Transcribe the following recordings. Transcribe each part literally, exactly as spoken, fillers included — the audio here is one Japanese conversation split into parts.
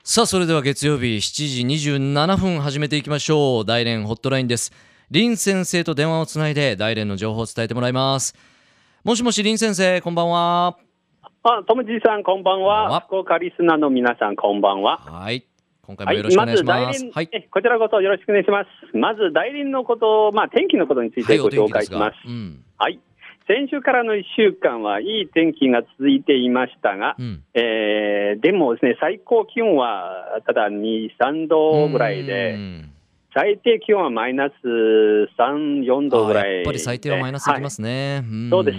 さあそれでは月曜日しちじにじゅうななふん始めていきましょう。大連ホットラインです。林先生と電話をつないで大連の情報を伝えてもらいます。もしもし林先生、こんばんは。 あ、ともじさんこんばんは。 こんばんは。 福岡リスナーの皆さんこんばんは。 はい、今回もよろしくお願いします。 はい、まず大連、 はい、 えこちらこそよろしくお願いします。まず大連のこと、まあ、天気のことについてご紹介します。はい、 うん、 はい、先週からのいっしゅうかんはいい天気が続いていましたが、うん、えー、でもですね、最高気温はただに、さんどぐらいで、最低気温はマイナスさん、よんどぐらいで、 やっぱり最低はマイナスいきますね。 はい、うん、そうです。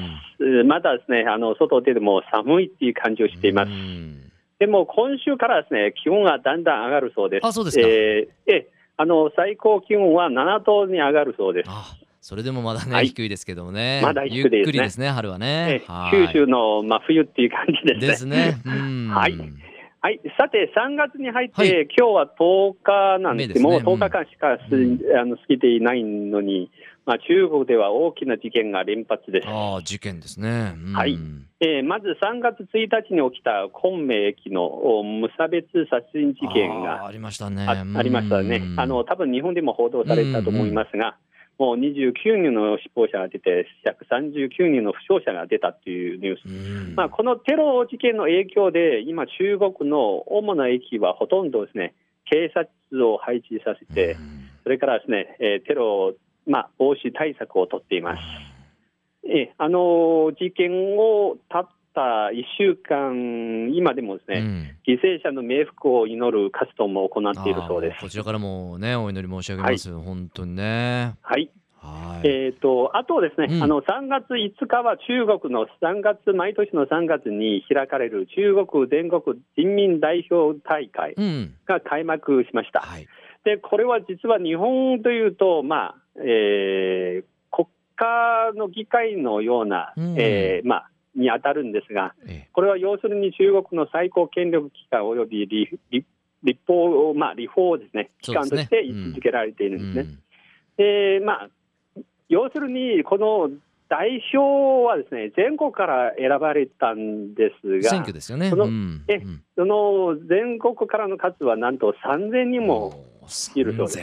まだですね、あの外でも寒いっていう感じをしています。でも今週からですね、気温がだんだん上がるそうです。 あ、そうですか。 えー、えあの最高気温はななどに上がるそうです。 あ、それでもまだね、はい、低いですけどもね。 まだ低いですね。 ゆっくりですね、春はね。 はい、九州の真冬っていう感じですね。 ですね。うん、 はい。はい、さてさんがつに入って、はい、今日はとおかなんですけども、ね、もうとおかかんしかす、うん、あの過ぎていないのに、まあ、中国では大きな事件が連発です。 ああ、事件ですね。うん、 はい、えー、まずさんがつついたちに起きた昆明駅の無差別殺人事件があ, ありましたね。 あ, ありましたね。あの多分日本でも報道されたと思いますが、もうにじゅうきゅうにんの死亡者が出てひゃくさんじゅうきゅうにんの負傷者が出たというニュース、まあ、このテロ事件の影響で今中国の主な駅はほとんどですね、警察を配置させて、それからですね、えー、テロ、まあ、防止対策を取っています。えー、あの事件をたったいっしゅうかん、今でもですね、うん、犠牲者の冥福を祈る活動も行っているそうです。 こちらからもね、お祈り申し上げます。はい、本当にね。 はい。はい、えーと、あとですね、うん、あのさんがついつかは中国のさんがつ、毎年のさんがつに開かれる中国全国人民代表大会が開幕しました。うん、はい、でこれは実は日本というと、まあえー、国家の議会のような、うん、えーまあに当たるんですが、これは要するに中国の最高権力機関および立, 立法、まあ、立法ですね、機関として位置づけられているんですね。でまあ、要するにこの代表はですね、全国から選ばれたんですが、 選挙ですよね。 その、 うん、 えその全国からの数はなんとさんぜんにんもいるそうです。うん、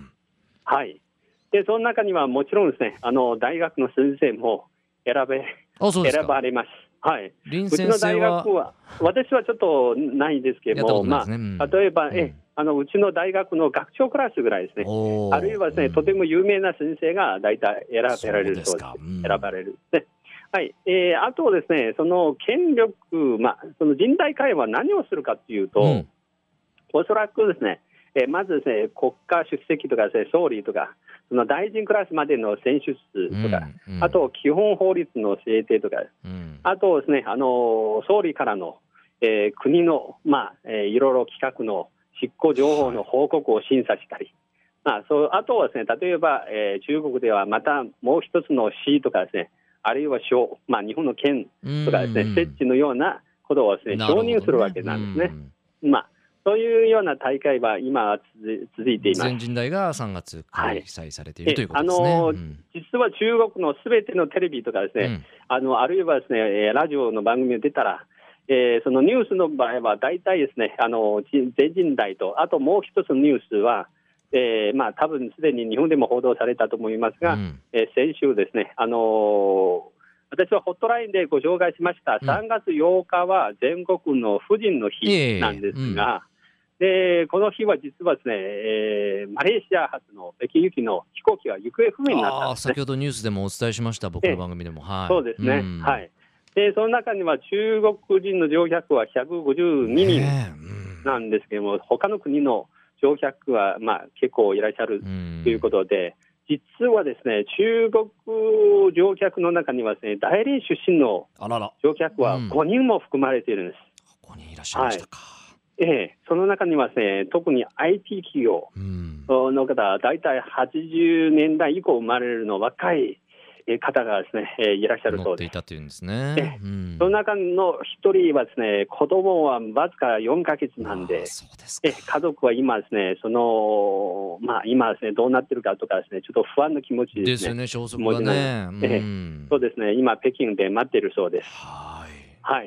はい。でその中にはもちろんですね、あの大学の先生も選べ選ばれます。はい、うちの大学は、私はちょっとないですけども、ね、まあ、例えば、うん、えあのうちの大学の学長クラスぐらいですね、あるいはですね、うん、とても有名な先生が大体選べられるそうです。そうですか。うん、選ばれるで、はい、えー、あとですね、その権力、まあ、その人大会は何をするかというと、うん、おそらくですね、えー、まずですね、国家主席とかですね、総理とか、その大臣クラスまでの選出とか、うんうん、あと基本法律の制定とか、うん、あとですね、あの総理からの、えー、国の、まあえー、いろいろ企画の執行情報の報告を審査したり、はい、まあ、そうあとはですね、例えば、えー、中国ではまたもう一つの市とかですね、あるいは省、まあ、日本の県とかですね、設置のようなことをですね、承認するわけなんですね。まあそういうような大会は今続いています。 全人代がさんがつ開催されている、はい、ということですね。 あの、うん、実は中国のすべてのテレビとかですね、うん、あのあるいはですね、ラジオの番組に出たら、えー、そのニュースの場合は大体ですね、あの全人代と、あともう一つのニュースは、えー、まあ多分すでに日本でも報道されたと思いますが、うん、えー、先週ですね、あのー、私はホットラインでご紹介しました、うん、さんがつようかは全国の婦人の日なんですが、えーうん、でこの日は実はですね、えー、マレーシア発の北京行きの飛行機が行方不明になったんですね。 あ、先ほどニュースでもお伝えしました、僕の番組でも。はい、 そうですね、うん、はい。でその中には中国人の乗客はひゃくごじゅうににんなんですけども、うん、他の国の乗客はまあ結構いらっしゃるということで、うん、実はですね、中国乗客の中にはですね、大連出身の乗客はごにんも含まれているんです。 うん、ごにんいらっしゃいましたか。 はい、ええ、その中にはですね、特に アイティー 企業の方、だいたいはちじゅうねんだい以降生まれるの若い方がですね、えー、いらっしゃるそうです。 乗っていたというんですね。うん、 その中の一人はですね、子供はわずかよんかげつなんで、 そうですか。 え家族は今ですね、そのまあ今ですね、どうなってるかとかですね、ちょっと不安な気持ちですね。 ですよね、消息がね。 うん、そうですね、今北京で待っているそうです。はい。はい。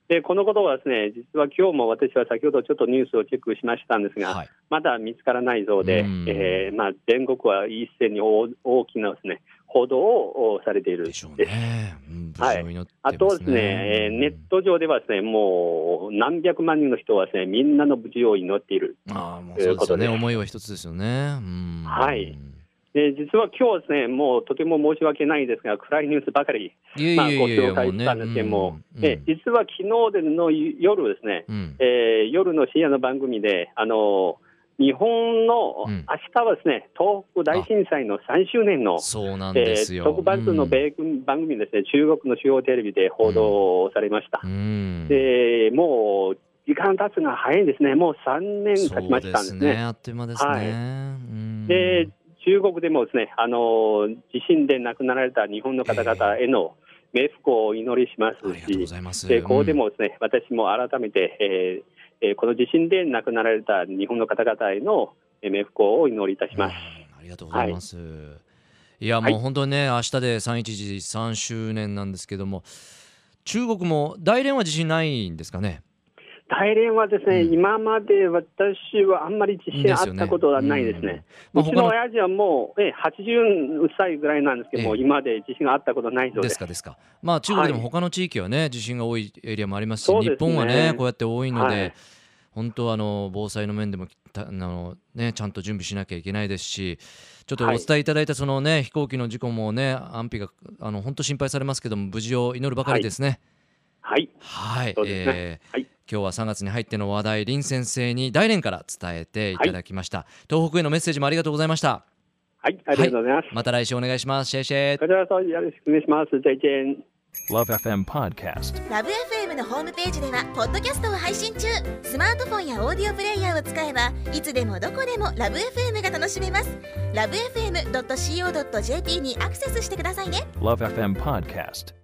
でこのことはですね、実は今日も私は先ほどちょっとニュースをチェックしましたんですが、はい、まだ見つからないそうで、えーまあ、全国は一斉に 大, 大きなですね報道をされているです。 でしょうね。うん、 はい、あとですね、ネット上ではですね、もう何百万人の人はですね、みんなの無事を祈っているということで、あもうそうですよね、 思いは一つですよね。うん、 はい。で実は今日はですね、もうとても申し訳ないですが、暗いニュースばかりまあご紹介したんですけども、ね、うん、実は昨日の夜ですね、うん、えー、夜の深夜の番組で、あの日本の、うん、明日はですね、東北大震災のさんしゅうねんのそうなんですよ、 えー、特番の米軍番組ですね、中国の主要テレビで報道されました。うん、でもう時間経つのが早いんですね。もうさんねん経ちましたんですね。 そうですね、あっという間ですね。はい、うん、 で中国でもですね、あの地震で亡くなられた日本の方々への冥福をお祈りしますし、 ありがとうございます。 でここでもですね、うん、私も改めて、えーえー、この地震で亡くなられた日本の方々への冥福をお祈りいたします。 ありがとうございます。はい、いやもう本当にね、明日でさんいちいちさんしゅうねんなんですけども、中国も大連は地震ないんですかね。 大連はですね、うん、今まで私はあんまり地震あったことはないですね。うちの親父はもう、えはちじゅっさいぐらいなんですけども、ええ、今まで地震があったことないそうです。 ですかですか。まあ中国でも他の地域はね、はい、地震が多いエリアもありますし、日本はねこうやって多いので、はい、本当はあの防災の面でもあの、ね、ちゃんと準備しなきゃいけないですし、ちょっとお伝えいただいたその、ね、はい、飛行機の事故もね、安否があの本当心配されますけども、無事を祈るばかりですね。 はいはい、 そうですね。えーはい、 今日はさんがつに入っての話題、林先生に大連から伝えていただきました。はい、東北へのメッセージもありがとうございました。 はい、ありがとうございます。はい、 また来週お願いします。シェイシェイ。 こちらこそよろしくお願いします。再見。 Love エフエム Podcast。 ラブ エフエム のホームページではポッドキャストを配信中。スマートフォンやオーディオプレイヤーを使えばいつでもどこでもラブ エフエム が楽しめます。ラブエフエムドットシーオードットジェーピー にアクセスしてくださいね。 Love エフエム Podcast。